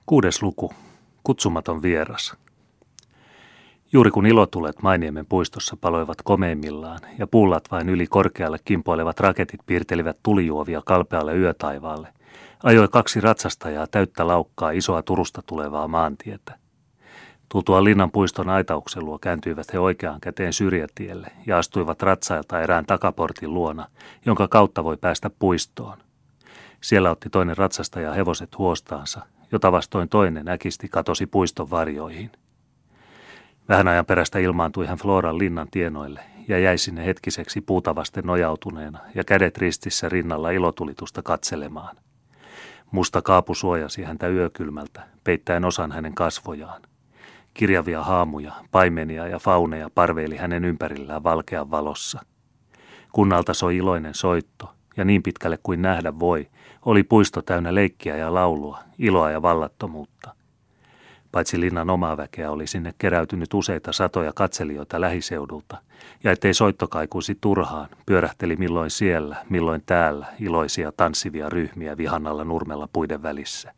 6. luku. Kutsumaton vieras. Juuri kun ilotulet Mainiemen puistossa paloivat komeimmillaan ja puulat vain yli korkealle kimpoilevat raketit piirtelivät tulijuovia kalpealle yötaivaalle, ajoi 2 ratsastajaa täyttä laukkaa isoa Turusta tulevaa maantietä. Tultua linnan puiston aitauksen luo kääntyivät he oikeaan käteen syrjätielle ja astuivat ratsailta erään takaportin luona, jonka kautta voi päästä puistoon. Siellä otti toinen ratsastaja hevoset huostaansa, jota vastoin toinen äkisti katosi puiston varjoihin. Vähän ajan perästä ilmaantui hän Floran linnan tienoille ja jäi sinne hetkiseksi puuta vasten nojautuneena ja kädet ristissä rinnalla ilotulitusta katselemaan. Musta kaapu suojasi häntä yökylmältä, peittäen osan hänen kasvojaan. Kirjavia haamuja, paimenia ja fauneja parveili hänen ympärillään valkean valossa. Kunnalta soi iloinen soitto, ja niin pitkälle kuin nähdä voi, oli puisto täynnä leikkiä ja laulua, iloa ja vallattomuutta. Paitsi linnan omaa väkeä oli sinne keräytynyt useita satoja katselijoita lähiseudulta, ja ettei soitto kaikuisi turhaan, pyörähteli milloin siellä, milloin täällä iloisia tanssivia ryhmiä vihannalla nurmella puiden välissä.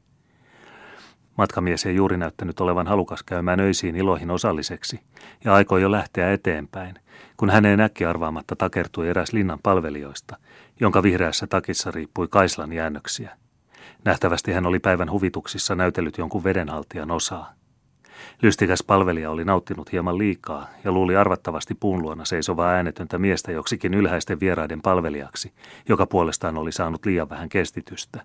Matkamies ei juuri näyttänyt olevan halukas käymään öisiin iloihin osalliseksi, ja aikoi jo lähteä eteenpäin, kun häneen äkkiarvaamatta takertui eräs linnan palvelijoista, jonka vihreässä takissa riippui kaislan jäännöksiä. Nähtävästi hän oli päivän huvituksissa näytellyt jonkun vedenhaltijan osaa. Lystikäs palvelija oli nauttinut hieman liikaa ja luuli arvattavasti puun luona seisovaa äänetöntä miestä joksikin ylhäisten vieraiden palvelijaksi, joka puolestaan oli saanut liian vähän kestitystä.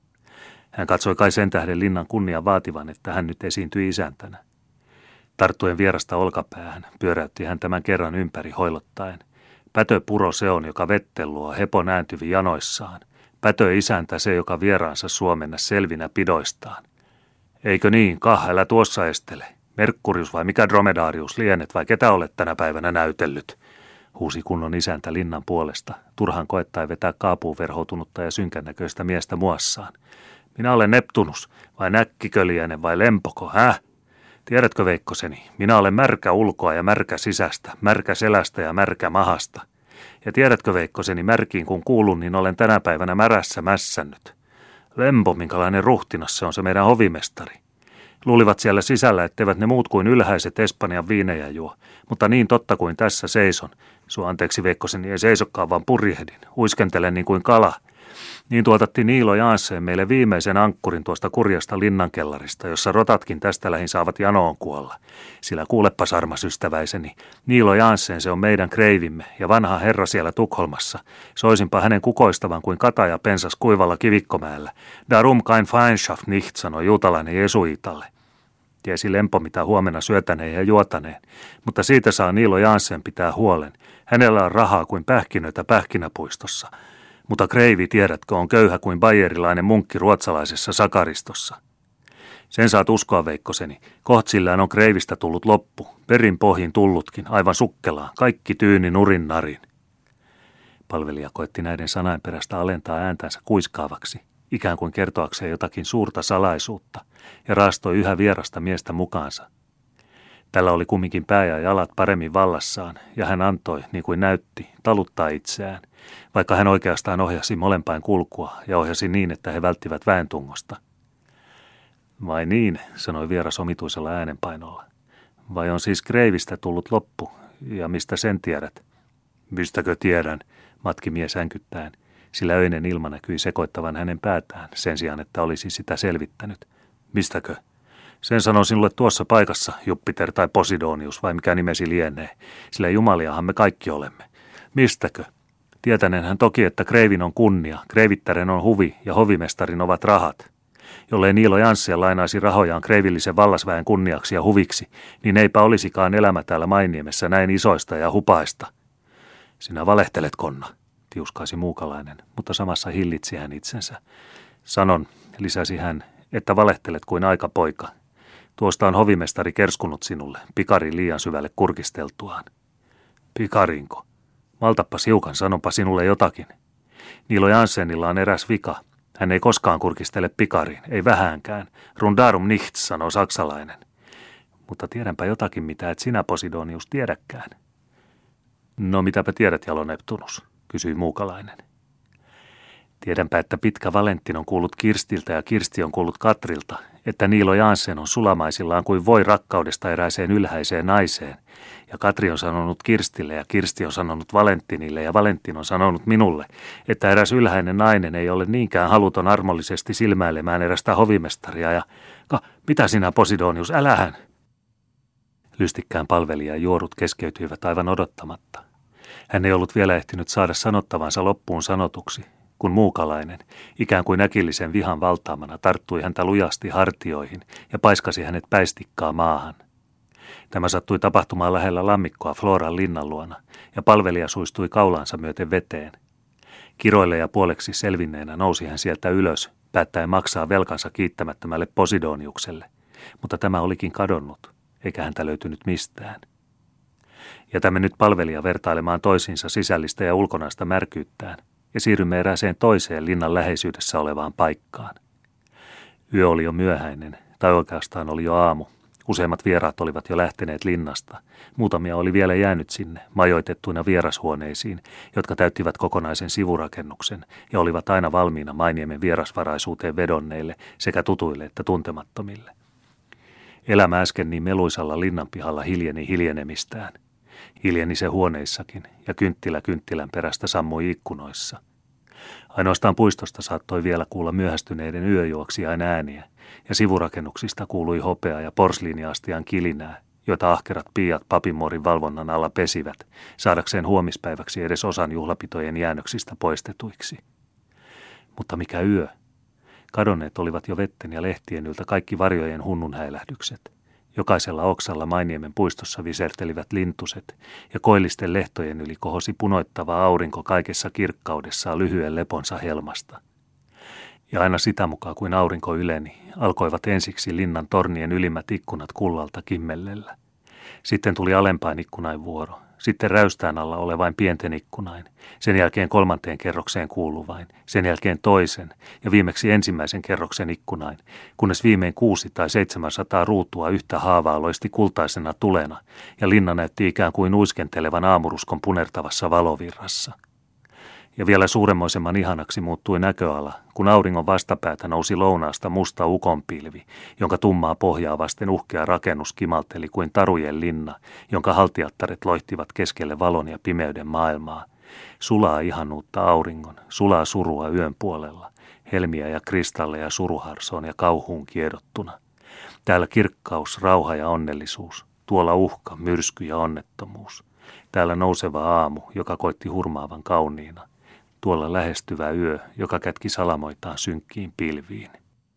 Hän katsoi kai sen tähden linnan kunnian vaativan, että hän nyt esiintyi isäntänä. Tarttuen vierasta olkapäähän pyöräytti hän tämän kerran ympäri hoilottaen. Pätö puro se on, joka vetten luo, hepon ääntyvi janoissaan. Pätö isäntä se, joka vieraansa suomenna selvinä pidoistaan. Eikö niin, älä tuossa estele. Merkurius vai mikä dromedarius lienet vai ketä olet tänä päivänä näytellyt? Huusi kunnon isäntä linnan puolesta, turhaan koettaen vetää kaapuun verhoutunutta ja synkän näköistä miestä muassaan. Minä olen Neptunus, vai näkkiköliäinen vai lempoko, Tiedätkö, veikkoseni, minä olen märkä ulkoa ja märkä sisästä, märkä selästä ja märkä mahasta. Ja tiedätkö, veikkoseni, märkiin kun kuulun, niin olen tänä päivänä märässä mässännyt. Lempo, minkälainen ruhtinas se on se meidän hovimestari. Luulivat siellä sisällä, etteivät ne muut kuin ylhäiset Espanjan viinejä juo, mutta niin totta kuin tässä seison. Sua anteeksi, veikkoseni, ei seisokkaan, vaan purjehdin, uiskentelen niin kuin kala. Niin tuotatti Niilo Jaanseen meille viimeisen ankkurin tuosta kurjasta linnankellarista, jossa rotatkin tästä lähin saavat janoon kuolla. Sillä kuulepas, armas ystäväiseni, Niilo Jaanseen se on meidän kreivimme ja vanha herra siellä Tukholmassa. Soisinpa hänen kukoistavan kuin kataja pensas kuivalla Kivikkomäellä. Darum kein Feindschaft nicht, sanoi juutalainen jesuitalle. Tiesi Lempo mitä huomenna syötäneen ja juotaneen, mutta siitä saa Niilo Jaanseen pitää huolen. Hänellä on rahaa kuin pähkinöitä pähkinäpuistossa. Mutta kreivi, tiedätkö, on köyhä kuin bayerilainen munkki ruotsalaisessa sakaristossa. Sen saat uskoa, veikkoseni. Kohtsillään on kreivistä tullut loppu, perin pohjin tullutkin, aivan sukkelaan, kaikki tyyni nurin narin. Palvelija koetti näiden sanainperästä alentaa ääntänsä kuiskaavaksi, ikään kuin kertoakseen jotakin suurta salaisuutta, ja raastoi yhä vierasta miestä mukaansa. Tällä oli kumminkin pää ja jalat paremmin vallassaan, ja hän antoi, niin kuin näytti, taluttaa itseään, vaikka hän oikeastaan ohjasi molempain kulkua ja ohjasi niin, että he välttivät väentungosta. Vai niin, sanoi vieras omituisella äänenpainolla. Vai on siis kreivistä tullut loppu, ja mistä sen tiedät? Mistäkö tiedän, matki mies änkyttäen, sillä öinen ilma näkyi sekoittavan hänen päätään, sen sijaan, että olisi sitä selvittänyt. Mistäkö? Sen sanon sinulle tuossa paikassa, Jupiter tai Posidonius, vai mikä nimesi lienee, sillä jumaliahan me kaikki olemme. Mistäkö? Tietäneenhän toki, että kreivin on kunnia, kreivittären on huvi ja hovimestarin ovat rahat. Jollei Niilo Janssia lainaisi rahojaan kreivillisen vallasväen kunniaksi ja huviksi, niin eipä olisikaan elämä täällä Mainniemessä näin isoista ja hupaista. Sinä valehtelet, Konna, tiuskaisi muukalainen, mutta samassa hillitsi hän itsensä. Sanon, lisäsi hän, että valehtelet kuin aikapoika. Tuosta on hovimestari kerskunut sinulle, pikarin liian syvälle kurkisteltuaan. Pikarinko? Maltappas hiukan, sanonpa sinulle jotakin. Niilo Janssenilla on eräs vika. Hän ei koskaan kurkistele pikariin, ei vähäänkään. Rundarum nichts, sanoo saksalainen. Mutta tiedänpä jotakin, mitä et sinä, Posidonius, tiedäkään. No mitäpä tiedät, Jalo Neptunus, kysyi muukalainen. Tiedänpä, että pitkä Valentin on kuullut Kirstiltä ja Kirsti on kuullut Katrilta, että Niilo Jansen on sulamaisillaan kuin voi rakkaudesta erääseen ylhäiseen naiseen, ja Katri on sanonut Kirstille ja Kirsti on sanonut Valentinille ja Valentin on sanonut minulle, että eräs ylhäinen nainen ei ole niinkään haluton armollisesti silmäilemään erästä hovimestaria ja mitä sinä Posidonius, älähän! Lystikkään palvelija juorut keskeytyivät aivan odottamatta. Hän ei ollut vielä ehtinyt saada sanottavansa loppuun sanotuksi, kun muukalainen, ikään kuin äkillisen vihan valtaamana, tarttui häntä lujasti hartioihin ja paiskasi hänet päistikkaa maahan. Tämä sattui tapahtumaan lähellä lammikkoa Floran linnan luona, ja palvelija suistui kaulansa myöten veteen. Kiroille ja puoleksi selvinneenä nousi hän sieltä ylös, päättäen maksaa velkansa kiittämättömälle Posidoniukselle, mutta tämä olikin kadonnut, eikä häntä löytynyt mistään. Jätämme nyt palvelija vertailemaan toisiinsa sisällistä ja ulkonaista märkyyttään, ja siirrymme erääseen toiseen linnan läheisyydessä olevaan paikkaan. Yö oli jo myöhäinen, tai oikeastaan oli jo aamu. Useimmat vieraat olivat jo lähteneet linnasta. Muutamia oli vielä jäänyt sinne, majoitettuina vierashuoneisiin, jotka täyttivät kokonaisen sivurakennuksen ja olivat aina valmiina Mainiemen vierasvaraisuuteen vedonneille sekä tutuille että tuntemattomille. Elämä äsken niin meluisalla linnanpihalla hiljeni hiljenemistään. Hiljeni se huoneissakin, ja kynttilä kynttilän perästä sammui ikkunoissa. Ainoastaan puistosta saattoi vielä kuulla myöhästyneiden yöjuoksijain ääniä, ja sivurakennuksista kuului hopea ja porsliiniastian kilinää, joita ahkerat piiat papinmuorin valvonnan alla pesivät, saadakseen huomispäiväksi edes osan juhlapitojen jäännöksistä poistetuiksi. Mutta mikä yö? Kadonneet olivat jo vetten ja lehtien yltä kaikki varjojen hunnunhäilähdykset. Jokaisella oksalla Mainiemen puistossa visertelivät lintuset, ja koillisten lehtojen yli kohosi punoittava aurinko kaikessa kirkkaudessaan lyhyen leponsa helmasta. Ja aina sitä mukaan kuin aurinko yleni, alkoivat ensiksi linnan tornien ylimmät ikkunat kullalta kimmellellä. Sitten tuli alempaan ikkunain vuoro, sitten räystään alla olevain pienten ikkunain, sen jälkeen 3. kerrokseen kuuluvain, sen jälkeen toisen ja viimeksi ensimmäisen kerroksen ikkunain, kunnes viimein 600 tai 700 ruutua yhtä haavaa loisti kultaisena tulena ja linna näytti ikään kuin uiskentelevan aamuruskon punertavassa valovirrassa. Ja vielä suuremmoisemman ihanaksi muuttui näköala, kun auringon vastapäätä nousi lounaasta musta ukonpilvi, jonka tummaa pohjaa vasten uhkea rakennus kimalteli kuin tarujen linna, jonka haltijattaret loihtivat keskelle valon ja pimeyden maailmaa. Sulaa ihanuutta auringon, sulaa surua yön puolella, helmiä ja kristalleja suruharsoon ja kauhuun kiedottuna. Täällä kirkkaus, rauha ja onnellisuus, tuolla uhka, myrsky ja onnettomuus. Täällä nouseva aamu, joka koitti hurmaavan kauniina. Tuolla lähestyvä yö, joka kätki salamoitaan synkkiin pilviin.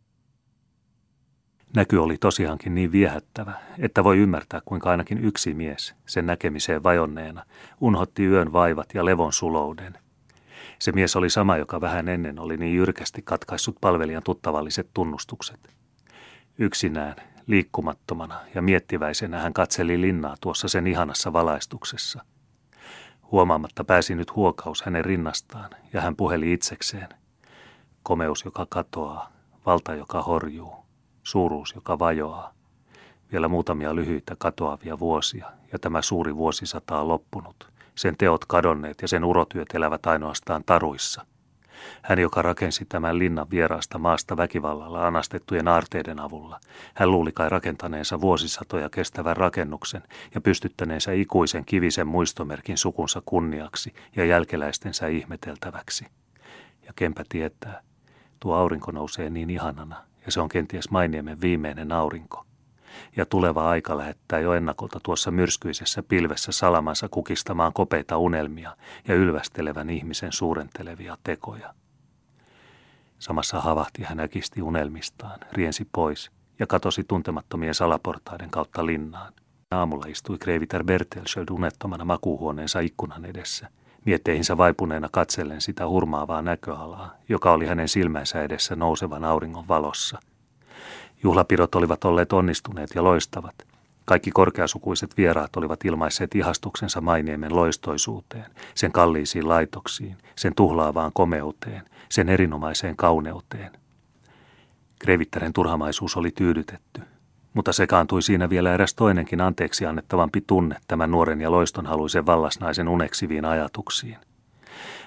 Näky oli tosiaankin niin viehättävä, että voi ymmärtää, kuinka ainakin yksi mies, sen näkemiseen vajonneena, unhotti yön vaivat ja levon sulouden. Se mies oli sama, joka vähän ennen oli niin jyrkästi katkaissut palvelijan tuttavalliset tunnustukset. Yksinään, liikkumattomana ja miettiväisenä hän katseli linnaa tuossa sen ihanassa valaistuksessa. Huomaamatta pääsi nyt huokaus hänen rinnastaan, ja hän puheli itsekseen. Komeus, joka katoaa, valta, joka horjuu, suuruus, joka vajoaa. Vielä muutamia lyhyitä katoavia vuosia, ja tämä suuri vuosisata on loppunut. Sen teot kadonneet ja sen urotyöt elävät ainoastaan taruissa. Hän, joka rakensi tämän linnan vieraasta maasta väkivallalla anastettujen aarteiden avulla, hän luuli kai rakentaneensa vuosisatoja kestävän rakennuksen ja pystyttäneensä ikuisen kivisen muistomerkin sukunsa kunniaksi ja jälkeläistensä ihmeteltäväksi. Ja kenpä tietää, tuo aurinko nousee niin ihanana, ja se on kenties Mainiemen viimeinen aurinko. Ja tuleva aika lähettää jo ennakolta tuossa myrskyisessä pilvessä salamansa kukistamaan kopeita unelmia ja ylvästelevän ihmisen suurentelevia tekoja. Samassa havahti hän äkisti unelmistaan, riensi pois ja katosi tuntemattomien salaportaiden kautta linnaan. Aamulla istui kreivitär Bertelsköld unettomana makuuhuoneensa ikkunan edessä, mietteihinsä vaipuneena katsellen sitä hurmaavaa näköalaa, joka oli hänen silmänsä edessä nousevan auringon valossa. Juhlapidot olivat olleet onnistuneet ja loistavat. Kaikki korkeasukuiset vieraat olivat ilmaisseet ihastuksensa Mainiemen loistoisuuteen, sen kalliisiin laitoksiin, sen tuhlaavaan komeuteen, sen erinomaiseen kauneuteen. Kreivittären turhamaisuus oli tyydytetty, mutta sekaantui siinä vielä eräs toinenkin anteeksi annettavampi tunne tämän nuoren ja loistonhaluisen vallasnaisen uneksiviin ajatuksiin.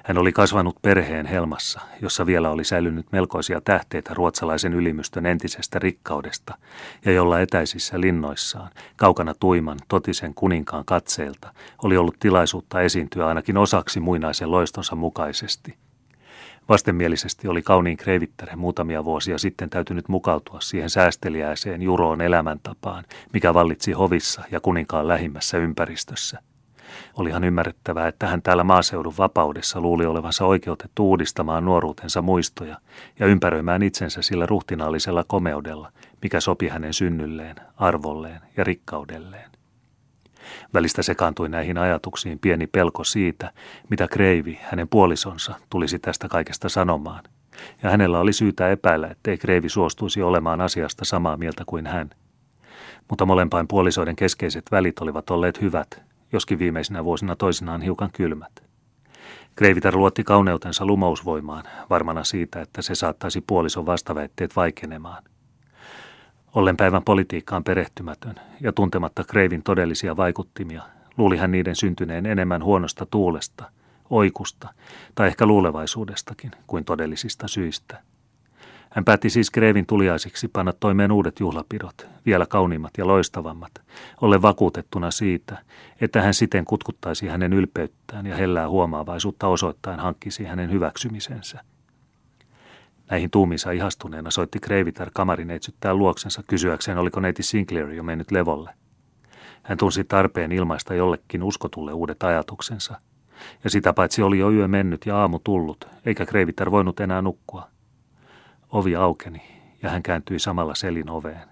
Hän oli kasvanut perheen helmassa, jossa vielä oli säilynyt melkoisia tähteitä ruotsalaisen ylimystön entisestä rikkaudesta, ja jolla etäisissä linnoissaan, kaukana tuiman, totisen kuninkaan katseelta, oli ollut tilaisuutta esiintyä ainakin osaksi muinaisen loistonsa mukaisesti. Vastenmielisesti oli kauniin kreivittären muutamia vuosia sitten täytynyt mukautua siihen säästeliäiseen juroon elämäntapaan, mikä vallitsi hovissa ja kuninkaan lähimmässä ympäristössä. Olihan ymmärrettävää, että hän täällä maaseudun vapaudessa luuli olevansa oikeutettu uudistamaan nuoruutensa muistoja ja ympäröimään itsensä sillä ruhtinaallisella komeudella, mikä sopi hänen synnylleen, arvolleen ja rikkaudelleen. Välistä sekaantui näihin ajatuksiin pieni pelko siitä, mitä Kreivi, hänen puolisonsa, tulisi tästä kaikesta sanomaan, ja hänellä oli syytä epäillä, ettei Kreivi suostuisi olemaan asiasta samaa mieltä kuin hän. Mutta molempain puolisoiden keskeiset välit olivat olleet hyvät, joskin viimeisinä vuosina toisinaan hiukan kylmät. Kreivitar luotti kauneutensa lumousvoimaan, varmana siitä, että se saattaisi puolison vastaväitteet vaikenemaan. Ollen päivän politiikkaan perehtymätön ja tuntematta Kreivin todellisia vaikuttimia, luuli hän niiden syntyneen enemmän huonosta tuulesta, oikusta tai ehkä luulevaisuudestakin kuin todellisista syistä. Hän päätti siis Kreivin tuliaisiksi panna toimeen uudet juhlapidot, vielä kauniimmat ja loistavammat, ollen vakuutettuna siitä, että hän siten kutkuttaisi hänen ylpeyttään ja hellää huomaavaisuutta osoittain hankkisi hänen hyväksymisensä. Näihin tuumiinsa ihastuneena soitti Kreivitar kamarineitsyttään luoksensa kysyäkseen, oliko neiti Sinclair jo mennyt levolle. Hän tunsi tarpeen ilmaista jollekin uskotulle uudet ajatuksensa, ja sitä paitsi oli jo yö mennyt ja aamu tullut, eikä Kreivitar voinut enää nukkua. Ovi aukeni, ja hän kääntyi samalla selin oveen.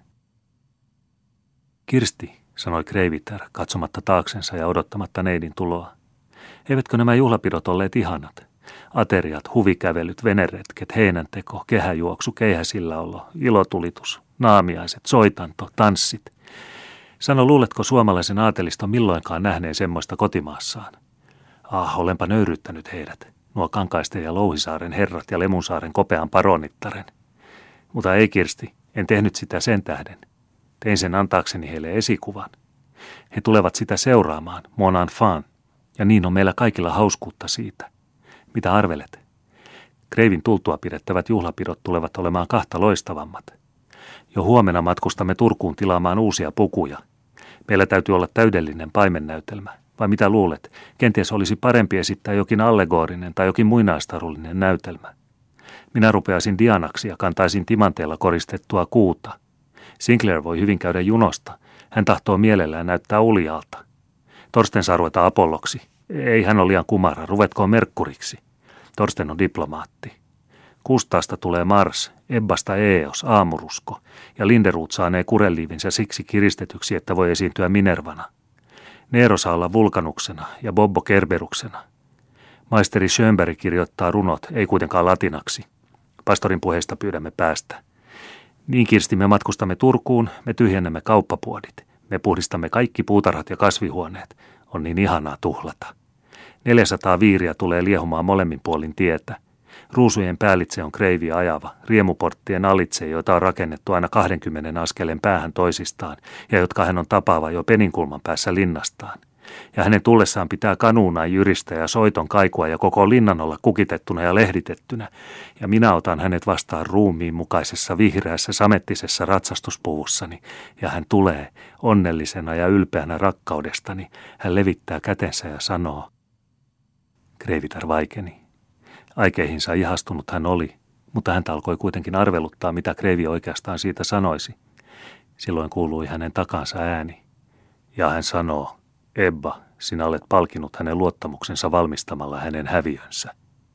Kirsti, sanoi Kreivitar, katsomatta taaksensa ja odottamatta neidin tuloa. Eivätkö nämä juhlapidot olleet ihanat? Ateriat, huvikävelyt, veneretket, heinänteko, kehäjuoksu, keihäsilläolo, ilotulitus, naamiaiset, soitanto, tanssit. Sano, luuletko suomalaisen aateliston milloinkaan nähneen semmoista kotimaassaan? Olenpa nöyryyttänyt heidät, nuo Kankaisten ja Louhisaaren herrat ja Lemunsaaren kopean paronittaren. Mutta ei, Kirsti, en tehnyt sitä sen tähden. Tein sen antaakseni heille esikuvan. He tulevat sitä seuraamaan, mon enfant, ja niin on meillä kaikilla hauskuutta siitä. Mitä arvelet? Kreivin tultua pidettävät juhlapidot tulevat olemaan kahta loistavammat. Jo huomenna matkustamme Turkuun tilaamaan uusia pukuja. Meillä täytyy olla täydellinen paimennäytelmä. Vai mitä luulet? Kenties olisi parempi esittää jokin allegorinen tai jokin muinaistarullinen näytelmä. Minä rupeaisin Dianaksi ja kantaisin timanteella koristettua kuuta. Sinclair voi hyvin käydä junosta. Hän tahtoo mielellään näyttää uljalta. Torsten saa ruveta Apolloksi. Ei hän ole liian kumara, ruvetkoon Merkkuriksi. Torsten on diplomaatti. Kustaasta tulee Mars, Ebbasta Eos, aamurusko, ja Linderoth saanee kureliivinsä siksi kiristetyksi, että voi esiintyä Minervana. Nero saa olla Vulkanuksena ja Bobbo Kerberuksena. Maisteri Schönberg kirjoittaa runot, ei kuitenkaan latinaksi. Pastorin puheista pyydämme päästä. Niin, Kirsti, me matkustamme Turkuun, me tyhjennämme kauppapuodit. Me puhdistamme kaikki puutarhat ja kasvihuoneet. On niin ihanaa tuhlata. 400 viiriä tulee liehumaan molemmin puolin tietä. Ruusujen päällitse on Kreivi ajava, riemuporttien alitse, joita on rakennettu aina 20 askelen päähän toisistaan ja jotka hän on tapaava jo peninkulman päässä linnastaan. Ja hänen tullessaan pitää kanuunaan jyristä ja soiton kaikua ja koko linnan olla kukitettuna ja lehditettynä. Ja minä otan hänet vastaan ruumiin mukaisessa vihreässä samettisessa ratsastuspuvussani. Ja hän tulee onnellisena ja ylpeänä rakkaudestani. Hän levittää kätensä ja sanoo. Kreivitar vaikeni. Aikeihinsa ihastunut hän oli, mutta häntä alkoi kuitenkin arveluttaa, mitä Kreivi oikeastaan siitä sanoisi. Silloin kuului hänen takansa ääni. Ja hän sanoo. Ebba, sinä olet palkinut hänen luottamuksensa valmistamalla hänen häviönsä.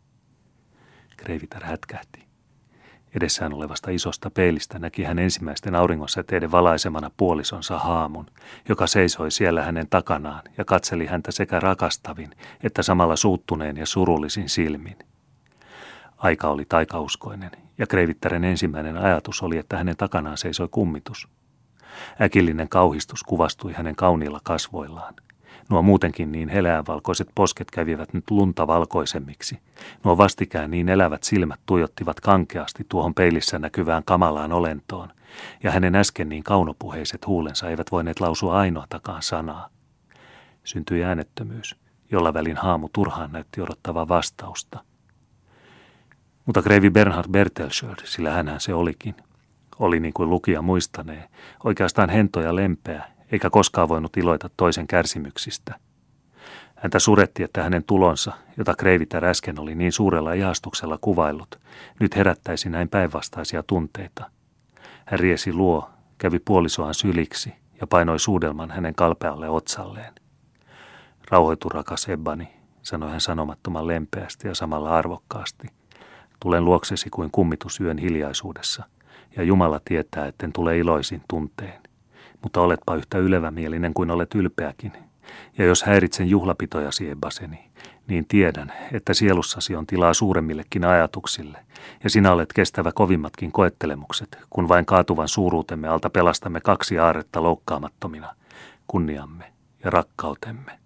Kreivitar hätkähti. Edessään olevasta isosta peilistä näki hän ensimmäisten auringonsäteiden valaisemana puolisonsa haamun, joka seisoi siellä hänen takanaan ja katseli häntä sekä rakastavin että samalla suuttuneen ja surullisin silmin. Aika oli taikauskoinen ja Kreivittaren ensimmäinen ajatus oli, että hänen takanaan seisoi kummitus. Äkillinen kauhistus kuvastui hänen kauniilla kasvoillaan. Nuo muutenkin niin heleänvalkoiset posket kävivät nyt lunta valkoisemmiksi. Nuo vastikään niin elävät silmät tuijottivat kankeasti tuohon peilissä näkyvään kamalaan olentoon, ja hänen äsken niin kaunopuheiset huulensa eivät voineet lausua ainoatakaan sanaa. Syntyi äänettömyys, jolla välin haamu turhaan näytti odottavaa vastausta. Mutta kreivi Bernhard Bertelschöld, sillä hänhän se olikin, oli niin kuin lukija muistanee, oikeastaan hento ja lempeä, eikä koskaan voinut iloita toisen kärsimyksistä. Häntä suretti, että hänen tulonsa, jota kreivitär äsken oli niin suurella ihastuksella kuvaillut, nyt herättäisi näin päinvastaisia tunteita. Hän riesi luo, kävi puolisoaan syliksi ja painoi suudelman hänen kalpealle otsalleen. Rauhoitu, rakas Ebbani, sanoi hän sanomattoman lempeästi ja samalla arvokkaasti. Tulen luoksesi kuin kummitus yön hiljaisuudessa, ja Jumala tietää, etten tule iloisin tunteen. Mutta oletpa yhtä ylevämielinen kuin olet ylpeäkin. Ja jos häiritsen juhlapitojasi, Ebbaseni, niin tiedän, että sielussasi on tilaa suuremmillekin ajatuksille, ja sinä olet kestävä kovimmatkin koettelemukset, kun vain kaatuvan suuruutemme alta pelastamme kaksi aarretta loukkaamattomina, kunniamme ja rakkautemme.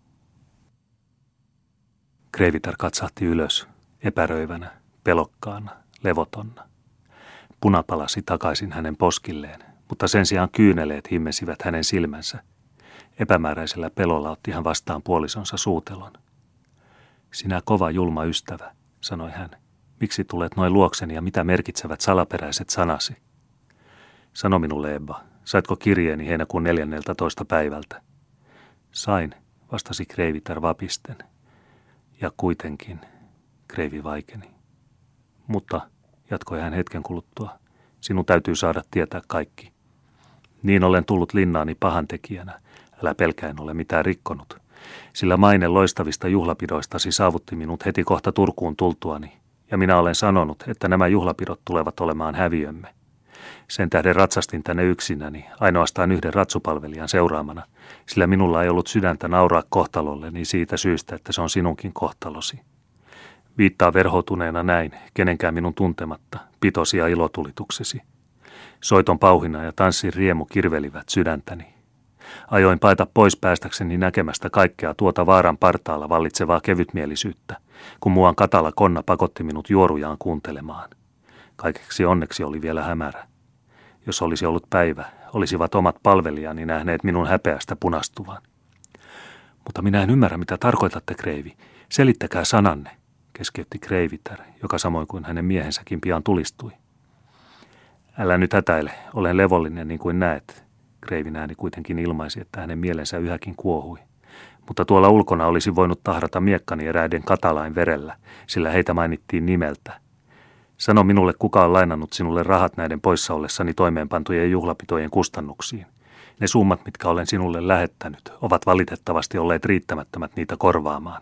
Kreivitär katsahti ylös, epäröivänä, pelokkaana, levotonna. Puna palasi takaisin hänen poskilleen, mutta sen sijaan kyyneleet himmesivät hänen silmänsä. Epämääräisellä pelolla otti hän vastaan puolisonsa suutelon. Sinä kova julma ystävä, sanoi hän. Miksi tulet noin luokseni ja mitä merkitsevät salaperäiset sanasi? Sano minulle, Ebba, saitko kirjeeni heinäkuun 14. päivältä? Sain, vastasi kreivitär vapisten. Ja kuitenkin, kreivi vaikeni. Mutta, jatkoi hän hetken kuluttua, sinun täytyy saada tietää kaikki. Niin olen tullut linnaani pahantekijänä, älä pelkää, en ole mitään rikkonut, sillä maine loistavista juhlapidoistasi saavutti minut heti kohta Turkuun tultuani, ja minä olen sanonut, että nämä juhlapidot tulevat olemaan häviömme. Sen tähden ratsastin tänne yksinäni, ainoastaan yhden ratsupalvelijan seuraamana, sillä minulla ei ollut sydäntä nauraa kohtalolleni siitä syystä, että se on sinunkin kohtalosi. Viittaa verhoutuneena näin, kenenkään minun tuntematta, pitosi ja ilotulituksesi. Soiton pauhina ja tanssin riemu kirvelivät sydäntäni. Ajoin paeta pois päästäkseni näkemästä kaikkea tuota vaaran partaalla vallitsevaa kevytmielisyyttä, kun muuan katala konna pakotti minut juorujaan kuuntelemaan. Kaikeksi onneksi oli vielä hämärä. Jos olisi ollut päivä, olisivat omat palvelijani nähneet minun häpeästä punastuvan. Mutta minä en ymmärrä, mitä tarkoitatte, kreivi. Selittäkää sananne, keskeytti kreivitär, joka samoin kuin hänen miehensäkin pian tulistui. Älä nyt hätäile, olen levollinen niin kuin näet. Kreivin ääni kuitenkin ilmaisi, että hänen mielensä yhäkin kuohui. Mutta tuolla ulkona olisi voinut tahrata miekkani eräiden katalain verellä, sillä heitä mainittiin nimeltä. Sano minulle, kuka on lainannut sinulle rahat näiden poissa ollessani toimeenpantujen juhlapitojen kustannuksiin. Ne summat, mitkä olen sinulle lähettänyt, ovat valitettavasti olleet riittämättömät niitä korvaamaan.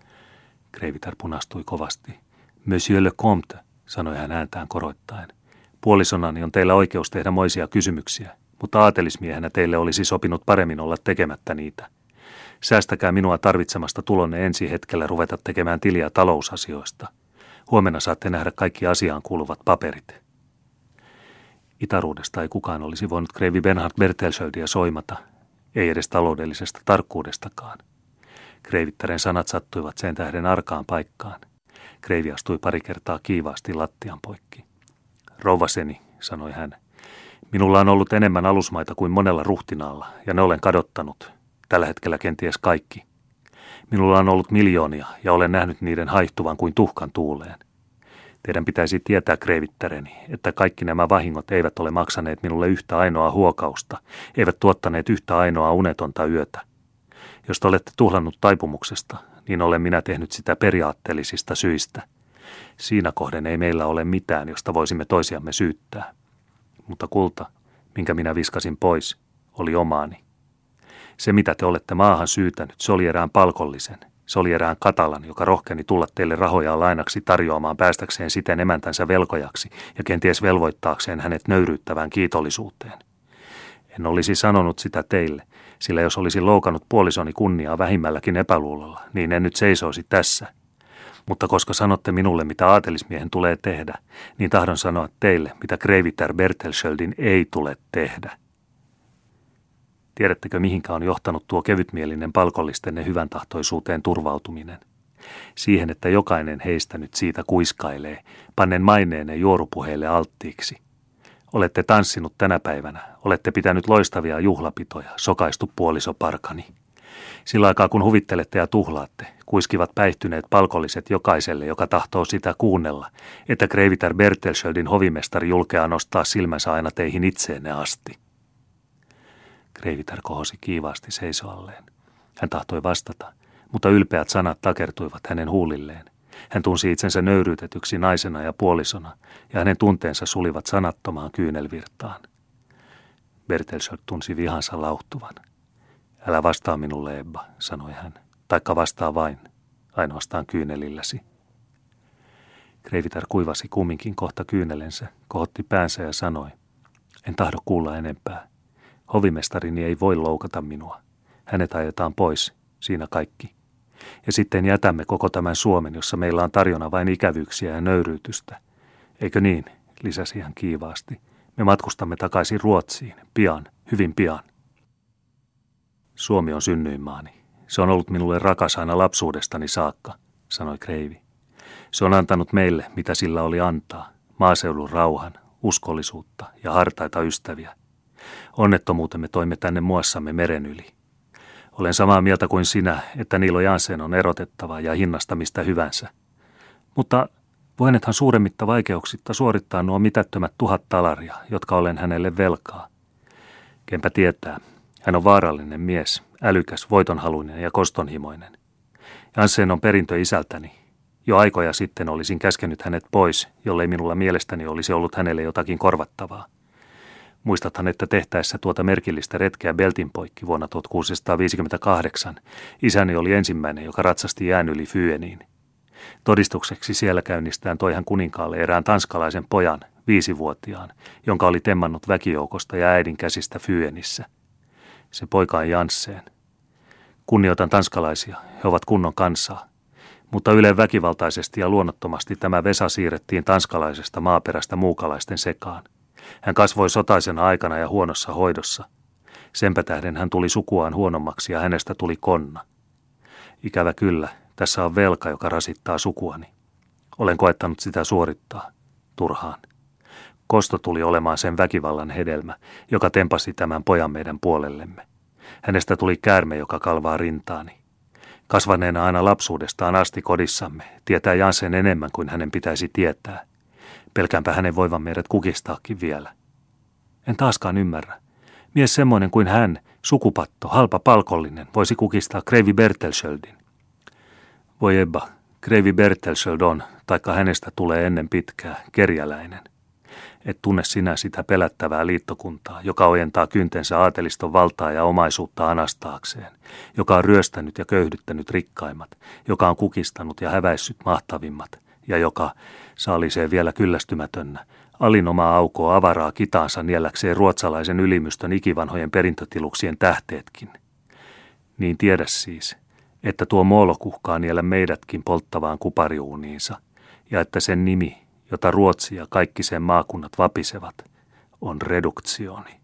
Kreivitär punastui kovasti. Monsieur le Comte, sanoi hän ääntään koroittaen. Puolisonani on teillä oikeus tehdä moisia kysymyksiä, mutta aatelismiehenä teille olisi sopinut paremmin olla tekemättä niitä. Säästäkää minua tarvitsemasta tulonne ensi hetkellä ruveta tekemään tiliä talousasioista. Huomenna saatte nähdä kaikki asiaan kuuluvat paperit. Itaruudesta ei kukaan olisi voinut kreivi Bernhard Bertelschöldia soimata, ei edes taloudellisesta tarkkuudestakaan. Kreivittären sanat sattuivat sen tähden arkaan paikkaan. Kreivi astui pari kertaa kiivaasti lattian poikki. Rouvaseni, sanoi hän, minulla on ollut enemmän alusmaita kuin monella ruhtinaalla, ja ne olen kadottanut, tällä hetkellä kenties kaikki. Minulla on ollut miljoonia, ja olen nähnyt niiden haihtuvan kuin tuhkan tuuleen. Teidän pitäisi tietää, kreivittäreni, että kaikki nämä vahingot eivät ole maksaneet minulle yhtä ainoa huokausta, eivät tuottaneet yhtä ainoa unetonta yötä. Jos te olette tuhlannut taipumuksesta, niin olen minä tehnyt sitä periaatteellisista syistä. Siinä kohden ei meillä ole mitään, josta voisimme toisiamme syyttää. Mutta kulta, minkä minä viskasin pois, oli omaani. Se, mitä te olette maahan syytänyt, se oli erään palkollisen. Se oli erään katalan, joka rohkeni tulla teille rahojaan lainaksi tarjoamaan päästäkseen siten emäntänsä velkojaksi ja kenties velvoittaakseen hänet nöyryyttävään kiitollisuuteen. En olisi sanonut sitä teille, sillä jos olisin loukannut puolisoni kunniaa vähimmälläkin epäluulolla, niin en nyt seisoisi tässä. Mutta koska sanotte minulle, mitä aatelismiehen tulee tehdä, niin tahdon sanoa teille, mitä kreivitär Bertelschöldin ei tule tehdä. Tiedättekö, mihinkä on johtanut tuo kevytmielinen palkollistenne hyvän tahtoisuuteen turvautuminen? Siihen, että jokainen heistä nyt siitä kuiskailee, pannen maineenne juorupuheille alttiiksi. Olette tanssinut tänä päivänä, olette pitänyt loistavia juhlapitoja, sokaistu puolisoparkani. Sillä aikaa kun huvittelette ja tuhlaatte, kuiskivat päihtyneet palkolliset jokaiselle, joka tahtoo sitä kuunnella, että Kreivitär Bertelschöldin hovimestari julkeaa nostaa silmänsä aina teihin itseenne asti. Kreivitär kohosi kiivaasti seisoalleen. Hän tahtoi vastata, mutta ylpeät sanat takertuivat hänen huulilleen. Hän tunsi itsensä nöyryytetyksi naisena ja puolisona, ja hänen tunteensa sulivat sanattomaan kyynelvirtaan. Bertelschöld tunsi vihansa lauhtuvan. Älä vastaa minulle, Ebba, sanoi hän, taikka vastaa vain, ainoastaan kyynelilläsi. Kreivitär kuivasi kumminkin kohta kyynelensä, kohotti päänsä ja sanoi, en tahdo kuulla enempää. Hovimestarini ei voi loukata minua. Hänet ajetaan pois, siinä kaikki. Ja sitten jätämme koko tämän Suomen, jossa meillä on tarjona vain ikävyyksiä ja nöyryytystä. Eikö niin, lisäsi hän kiivaasti. Me matkustamme takaisin Ruotsiin, pian, hyvin pian. Suomi on synnyinmaani. Se on ollut minulle rakas aina lapsuudestani saakka, sanoi Kreivi. Se on antanut meille, mitä sillä oli antaa, maaseudun rauhan, uskollisuutta ja hartaita ystäviä. Onnettomuutemme toimme tänne muassamme meren yli. Olen samaa mieltä kuin sinä, että Niilo Jansen on erotettava ja hinnasta mistä hyvänsä. Mutta voinethan suuremmitta vaikeuksitta suorittaa nuo mitättömät 1000 talaria, jotka olen hänelle velkaa. Kenpä tietää, hän on vaarallinen mies, älykäs, voitonhaluinen ja kostonhimoinen. Jansen on perintö isältäni. Jo aikoja sitten olisin käskenyt hänet pois, jollei minulla mielestäni olisi ollut hänelle jotakin korvattavaa. Muistathan, että tehtäessä tuota merkillistä retkeä Beltin poikki vuonna 1658 isäni oli ensimmäinen, joka ratsasti jään yli Fyeniin. Todistukseksi siellä käynnistään toi hän kuninkaalle erään tanskalaisen pojan, 5-vuotiaan, jonka oli temmannut väkijoukosta ja äidin käsistä Fyenissä. Se poika on Janssen. Kunnioitan tanskalaisia, he ovat kunnon kansaa. Mutta ylen väkivaltaisesti ja luonnottomasti tämä Vesa siirrettiin tanskalaisesta maaperästä muukalaisten sekaan. Hän kasvoi sotaisena aikana ja huonossa hoidossa. Senpä tähden hän tuli sukuaan huonommaksi ja hänestä tuli konna. Ikävä kyllä, tässä on velka, joka rasittaa sukuani. Olen koettanut sitä suorittaa. Turhaan. Kosto tuli olemaan sen väkivallan hedelmä, joka tempasi tämän pojan meidän puolellemme. Hänestä tuli käärme, joka kalvaa rintaani. Kasvaneena aina lapsuudestaan asti kodissamme, tietää Jansen enemmän kuin hänen pitäisi tietää. Pelkäänpä hänen voivan meidät kukistaakin vielä. En taaskaan ymmärrä. Mies semmoinen kuin hän, sukupatto, halpa palkollinen, voisi kukistaa Kreivi Bertelschöldin. Voi Ebba, Kreivi Bertelschöld on, taikka hänestä tulee ennen pitkää, kerjäläinen. Et tunne sinä sitä pelättävää liittokuntaa, joka ojentaa kyntensä aateliston valtaa ja omaisuutta anastaakseen, joka on ryöstänyt ja köyhdyttänyt rikkaimmat, joka on kukistanut ja häväissyt mahtavimmat, ja joka, saalisee vielä kyllästymätönnä, alinomaa aukoo avaraa kitaansa nielläkseen ruotsalaisen ylimystön ikivanhojen perintötiluksien tähteetkin. Niin tiedä siis, että tuo Moolok uhkaa niellä meidätkin polttavaan kupariuuniinsa, ja että sen nimi, jota Ruotsi ja kaikki sen maakunnat vapisevat, on reduktioni.